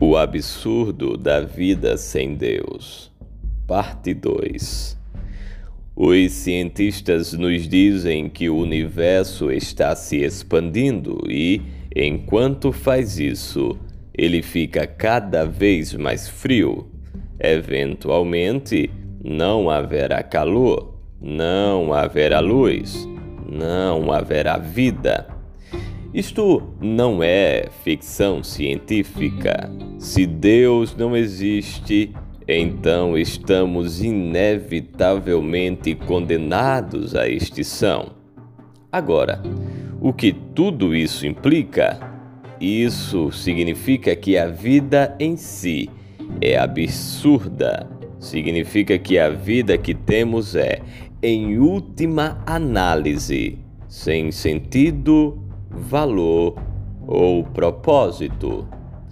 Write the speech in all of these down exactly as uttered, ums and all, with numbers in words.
O absurdo da vida sem Deus. Parte dois. Os cientistas nos dizem que o universo está se expandindo e, enquanto faz isso, ele fica cada vez mais frio. Eventualmente, não haverá calor, não haverá luz, não haverá vida. Isto não é ficção científica. Se Deus não existe, então estamos inevitavelmente condenados à extinção. Agora, o que tudo isso implica? Isso significa que a vida em si é absurda. Significa que a vida que temos é, em última análise, sem sentido, valor ou propósito.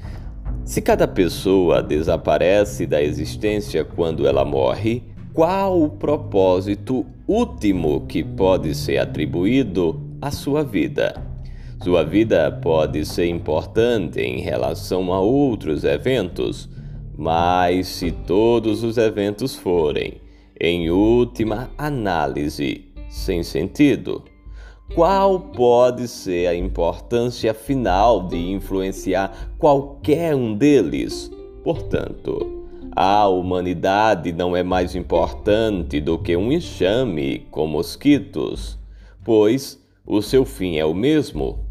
Se cada pessoa desaparece da existência quando ela morre, qual o propósito último que pode ser atribuído à sua vida? Sua vida pode ser importante em relação a outros eventos, mas se todos os eventos forem, em última análise, sem sentido, qual pode ser a importância final de influenciar qualquer um deles? Portanto, a humanidade não é mais importante do que um enxame com mosquitos, pois o seu fim é o mesmo.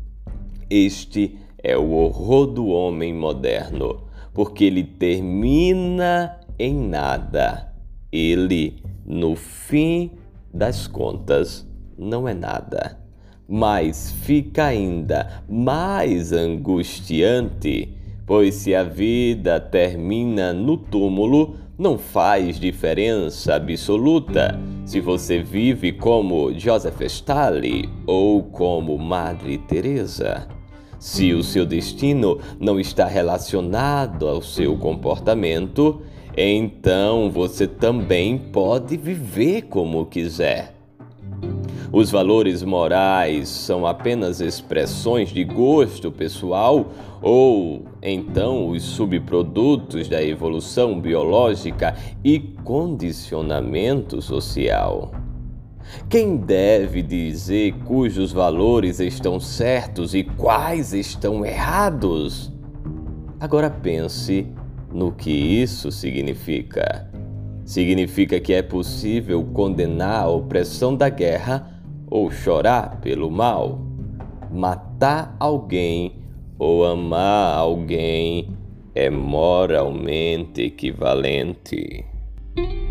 Este é o horror do homem moderno, porque ele termina em nada. Ele, no fim das contas, não é nada. Mas fica ainda mais angustiante, pois se a vida termina no túmulo, não faz diferença absoluta se você vive como Joseph Stalin ou como Madre Teresa. Se o seu destino não está relacionado ao seu comportamento, então você também pode viver como quiser. Os valores morais são apenas expressões de gosto pessoal ou, então, os subprodutos da evolução biológica e condicionamento social? Quem deve dizer cujos valores estão certos e quais estão errados? Agora pense no que isso significa. Significa que é possível condenar a opressão da guerra ou chorar pelo mal, matar alguém ou amar alguém é moralmente equivalente.